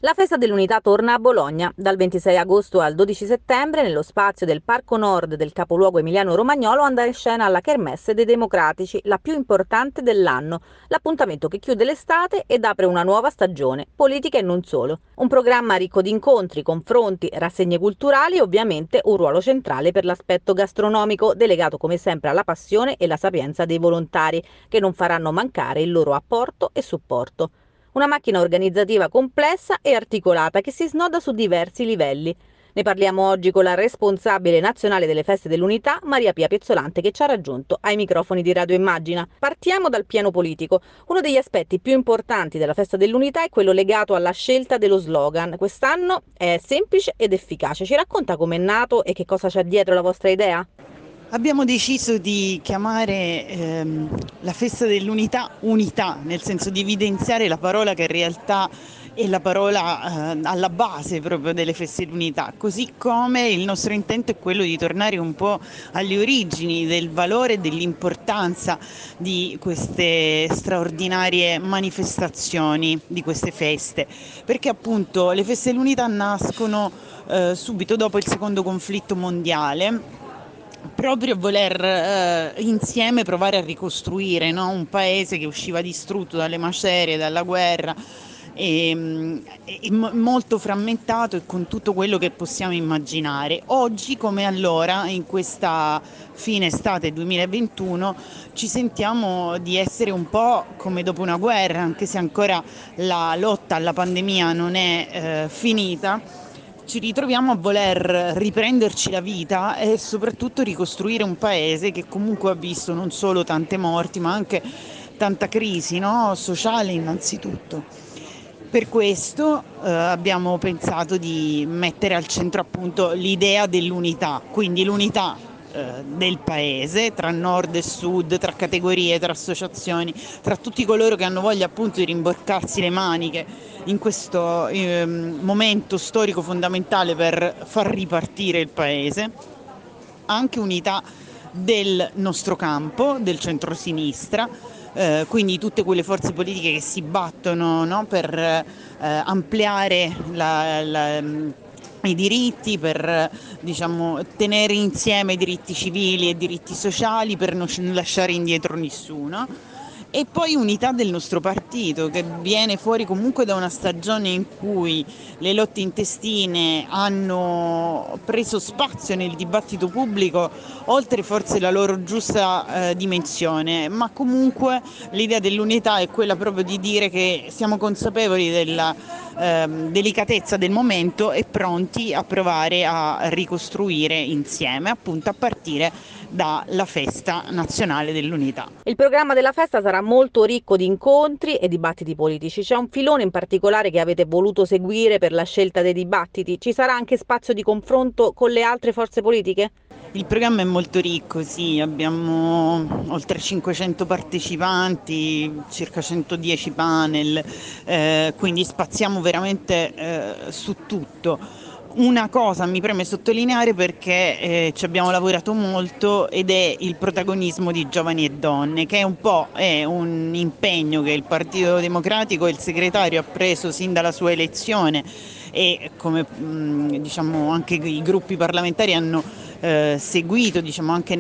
La festa dell'unità torna a Bologna. Dal 26 agosto al 12 settembre, nello spazio del Parco Nord del capoluogo emiliano-romagnolo, andrà in scena la Kermesse dei Democratici, la più importante dell'anno. L'appuntamento che chiude l'estate ed apre una nuova stagione, politica e non solo. Un programma ricco di incontri, confronti, rassegne culturali e ovviamente un ruolo centrale per l'aspetto gastronomico, delegato come sempre alla passione e la sapienza dei volontari, che non faranno mancare il loro apporto e supporto. Una macchina organizzativa complessa e articolata che si snoda su diversi livelli. Ne parliamo oggi con la responsabile nazionale delle Feste dell'Unità, Maria Pia Pezzolante, che ci ha raggiunto ai microfoni di Radio Immagina. Partiamo dal piano politico. Uno degli aspetti più importanti della Festa dell'Unità è quello legato alla scelta dello slogan. Quest'anno è semplice ed efficace. Ci racconta com'è nato e che cosa c'è dietro la vostra idea? Abbiamo deciso di chiamare la festa dell'unità unità, nel senso di evidenziare la parola che in realtà è la parola alla base proprio delle feste dell'unità, così come il nostro intento è quello di tornare un po' alle origini del valore e dell'importanza di queste straordinarie manifestazioni, di queste feste, perché appunto le feste dell'unità nascono subito dopo il secondo conflitto mondiale, proprio a voler insieme provare a ricostruire, no? Un paese che usciva distrutto dalle macerie, dalla guerra, molto frammentato e con tutto quello che possiamo immaginare. Oggi come allora, in questa fine estate 2021, ci sentiamo di essere un po' come dopo una guerra, anche se ancora la lotta alla pandemia non è finita. Ci ritroviamo a voler riprenderci la vita e soprattutto ricostruire un paese che comunque ha visto non solo tante morti, ma anche tanta crisi, no? Sociale innanzitutto. Per questo abbiamo pensato di mettere al centro appunto l'idea dell'unità, quindi l'unità del paese, tra nord e sud, tra categorie, tra associazioni, tra tutti coloro che hanno voglia appunto di rimboccarsi le maniche in questo momento storico fondamentale per far ripartire il paese, anche unità del nostro campo, del centrosinistra, quindi tutte quelle forze politiche che si battono, no, per ampliare i diritti, per diciamo, tenere insieme i diritti civili e i diritti sociali, per non lasciare indietro nessuno. E poi unità del nostro partito, che viene fuori comunque da una stagione in cui le lotte intestine hanno preso spazio nel dibattito pubblico, oltre forse la loro giusta dimensione, ma comunque l'idea dell'unità è quella proprio di dire che siamo consapevoli della delicatezza del momento e pronti a provare a ricostruire insieme, appunto a partire dalla festa nazionale dell'unità. Il programma della festa sarà molto ricco di incontri e dibattiti politici. C'è un filone in particolare che avete voluto seguire per la scelta dei dibattiti? Ci sarà anche spazio di confronto con le altre forze politiche? Il programma è molto ricco, sì, abbiamo oltre 500 partecipanti, circa 110 panel, quindi spaziamo veramente su tutto. Una cosa mi preme sottolineare perché ci abbiamo lavorato molto ed è il protagonismo di giovani e donne, che è un impegno che il Partito Democratico e il segretario ha preso sin dalla sua elezione e come diciamo anche i gruppi parlamentari hanno seguito diciamo anche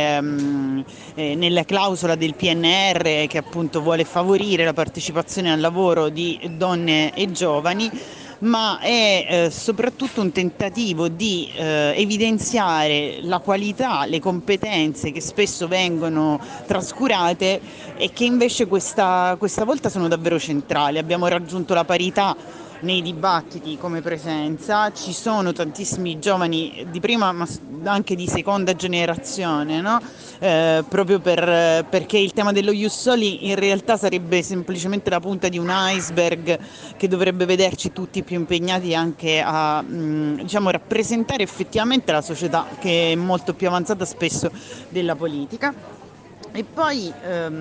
nella clausola del PNR che appunto vuole favorire la partecipazione al lavoro di donne e giovani, ma è soprattutto un tentativo di evidenziare la qualità, le competenze che spesso vengono trascurate e che invece questa volta sono davvero centrali. Abbiamo raggiunto la parità nei dibattiti come presenza, ci sono tantissimi giovani di prima ma anche di seconda generazione, no? Proprio perché il tema dello Ius Soli in realtà sarebbe semplicemente la punta di un iceberg che dovrebbe vederci tutti più impegnati anche a diciamo, rappresentare effettivamente la società che è molto più avanzata spesso della politica. E poi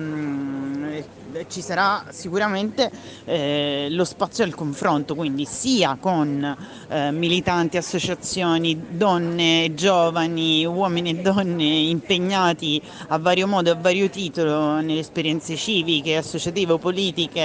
ci sarà sicuramente lo spazio al confronto, quindi sia con militanti, associazioni, donne, giovani, uomini e donne impegnati a vario modo e a vario titolo nelle esperienze civiche, associative o politiche,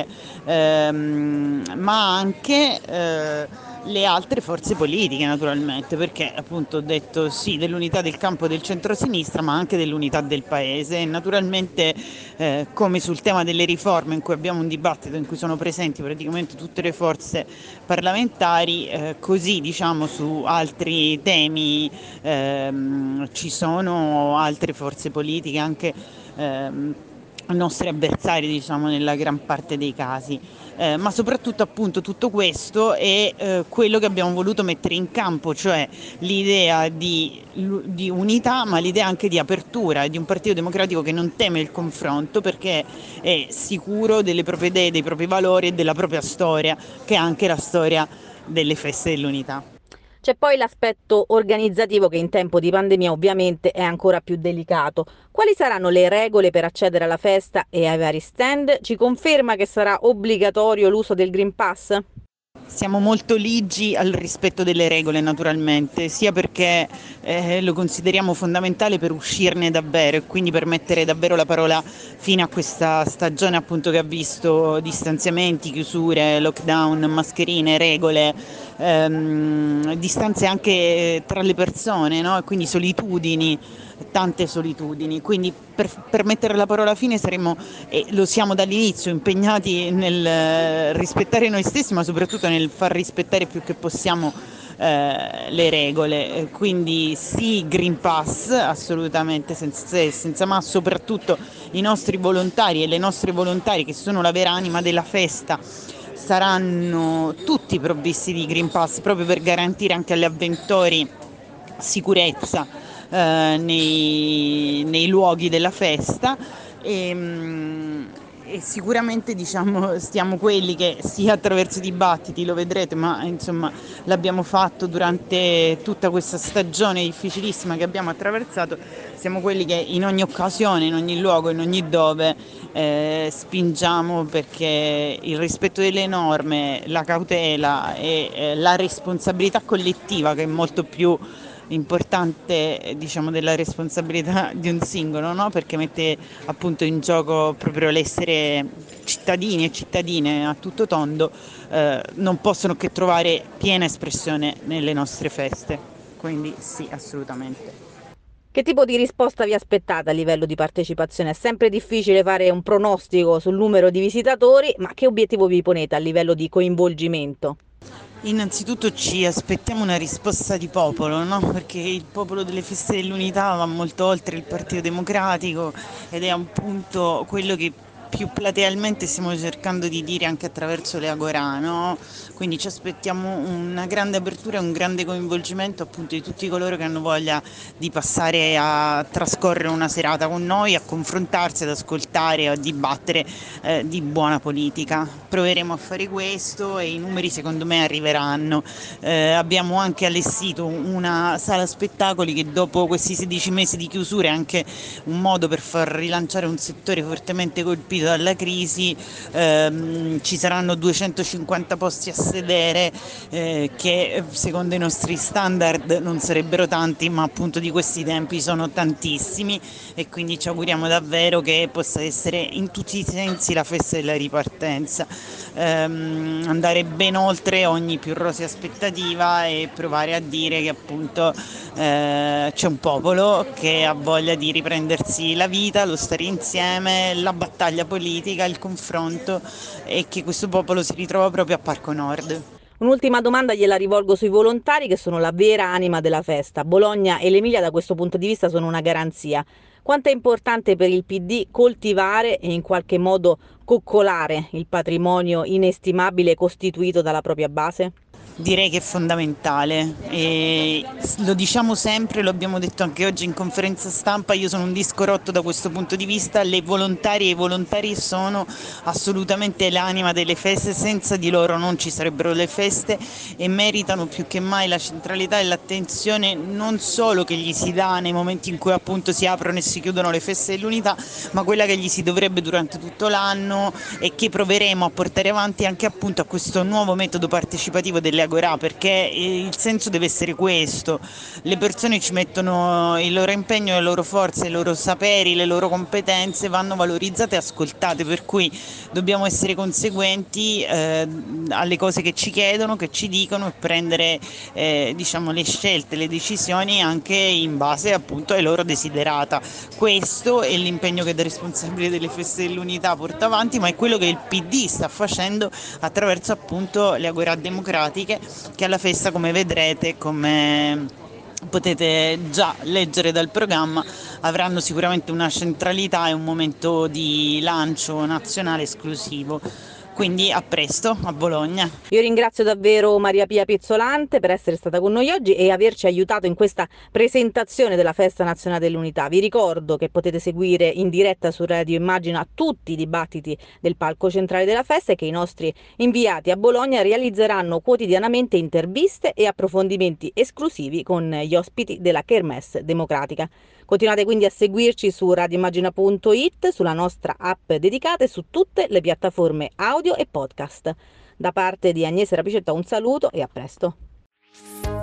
ma anche le altre forze politiche naturalmente, perché appunto ho detto sì dell'unità del campo del centro-sinistra, ma anche dell'unità del paese. E naturalmente come sul tema delle riforme, in cui abbiamo un dibattito in cui sono presenti praticamente tutte le forze parlamentari, così diciamo su altri temi ci sono altre forze politiche anche nostri avversari, diciamo, nella gran parte dei casi. Ma soprattutto appunto tutto questo è quello che abbiamo voluto mettere in campo, cioè l'idea di unità, ma l'idea anche di apertura, di un partito democratico che non teme il confronto perché è sicuro delle proprie idee, dei propri valori e della propria storia, che è anche la storia delle feste dell'unità. C'è poi l'aspetto organizzativo che in tempo di pandemia ovviamente è ancora più delicato. Quali saranno le regole per accedere alla festa e ai vari stand? Ci conferma che sarà obbligatorio l'uso del Green Pass? Siamo molto ligi al rispetto delle regole naturalmente, sia perché lo consideriamo fondamentale per uscirne davvero e quindi per mettere davvero la parola fine a questa stagione appunto che ha visto distanziamenti, chiusure, lockdown, mascherine, regole, distanze anche tra le persone, no? E quindi solitudini, tante solitudini. Quindi per mettere la parola fine saremo, e lo siamo dall'inizio, impegnati nel rispettare noi stessi, ma soprattutto nel far rispettare più che possiamo le regole. Quindi sì, Green Pass, assolutamente, senza se, senza ma, soprattutto i nostri volontari e le nostre volontarie che sono la vera anima della festa saranno tutti provvisti di Green Pass proprio per garantire anche agli avventori sicurezza nei luoghi della festa e sicuramente diciamo stiamo quelli che sia attraverso i dibattiti, lo vedrete, ma insomma l'abbiamo fatto durante tutta questa stagione difficilissima che abbiamo attraversato, siamo quelli che in ogni occasione, in ogni luogo, in ogni dove spingiamo perché il rispetto delle norme, la cautela e la responsabilità collettiva che è molto più importante diciamo della responsabilità di un singolo, no? Perché mette appunto in gioco proprio l'essere cittadini e cittadine a tutto tondo, non possono che trovare piena espressione nelle nostre feste. Quindi sì, assolutamente. Che tipo di risposta vi aspettate a livello di partecipazione? È sempre difficile fare un pronostico sul numero di visitatori, ma che obiettivo vi ponete a livello di coinvolgimento? Innanzitutto ci aspettiamo una risposta di popolo, no? Perché il popolo delle feste dell'unità va molto oltre il Partito Democratico ed è appunto quello che più platealmente stiamo cercando di dire anche attraverso le Agorà, no? Quindi ci aspettiamo una grande apertura e un grande coinvolgimento appunto di tutti coloro che hanno voglia di passare a trascorrere una serata con noi, a confrontarsi, ad ascoltare, a dibattere di buona politica. Proveremo a fare questo e i numeri secondo me arriveranno. Abbiamo anche allestito una sala spettacoli che dopo questi 16 mesi di chiusura è anche un modo per far rilanciare un settore fortemente colpito dalla crisi. Ci saranno 250 posti a sedere che secondo i nostri standard non sarebbero tanti, ma appunto di questi tempi sono tantissimi e quindi ci auguriamo davvero che possa essere in tutti i sensi la festa della ripartenza, andare ben oltre ogni più rosea aspettativa e provare a dire che appunto c'è un popolo che ha voglia di riprendersi la vita, lo stare insieme, la battaglia politica, il confronto e che questo popolo si ritrova proprio a Parco Nord. Un'ultima domanda gliela rivolgo sui volontari che sono la vera anima della festa. Bologna e l'Emilia da questo punto di vista sono una garanzia. Quanto è importante per il PD coltivare e in qualche modo coccolare il patrimonio inestimabile costituito dalla propria base? Direi che è fondamentale e lo diciamo sempre, lo abbiamo detto anche oggi in conferenza stampa, io sono un disco rotto da questo punto di vista, le volontarie e i volontari sono assolutamente l'anima delle feste, senza di loro non ci sarebbero le feste e meritano più che mai la centralità e l'attenzione non solo che gli si dà nei momenti in cui appunto si aprono e si chiudono le feste dell'unità, ma quella che gli si dovrebbe durante tutto l'anno e che proveremo a portare avanti anche appunto a questo nuovo metodo partecipativo delle Agorà, perché il senso deve essere questo: le persone ci mettono il loro impegno, le loro forze, i loro saperi, le loro competenze vanno valorizzate e ascoltate, per cui dobbiamo essere conseguenti alle cose che ci chiedono, che ci dicono, e prendere diciamo le scelte, le decisioni anche in base appunto ai loro desiderata. Questo è l'impegno che da responsabile delle feste dell'unità porta avanti, ma è quello che il PD sta facendo attraverso appunto le Agorà democratiche, che alla festa, come vedrete, come potete già leggere dal programma, avranno sicuramente una centralità e un momento di lancio nazionale esclusivo. Quindi a presto a Bologna. Io ringrazio davvero Maria Pia Pizzolante per essere stata con noi oggi e averci aiutato in questa presentazione della Festa Nazionale dell'Unità. Vi ricordo che potete seguire in diretta su Radio Immagina tutti i dibattiti del palco centrale della festa e che i nostri inviati a Bologna realizzeranno quotidianamente interviste e approfondimenti esclusivi con gli ospiti della Kermesse Democratica. Continuate quindi a seguirci su radioimmagina.it, sulla nostra app dedicata e su tutte le piattaforme audio e podcast. Da parte di Agnese Rapicetta un saluto e a presto.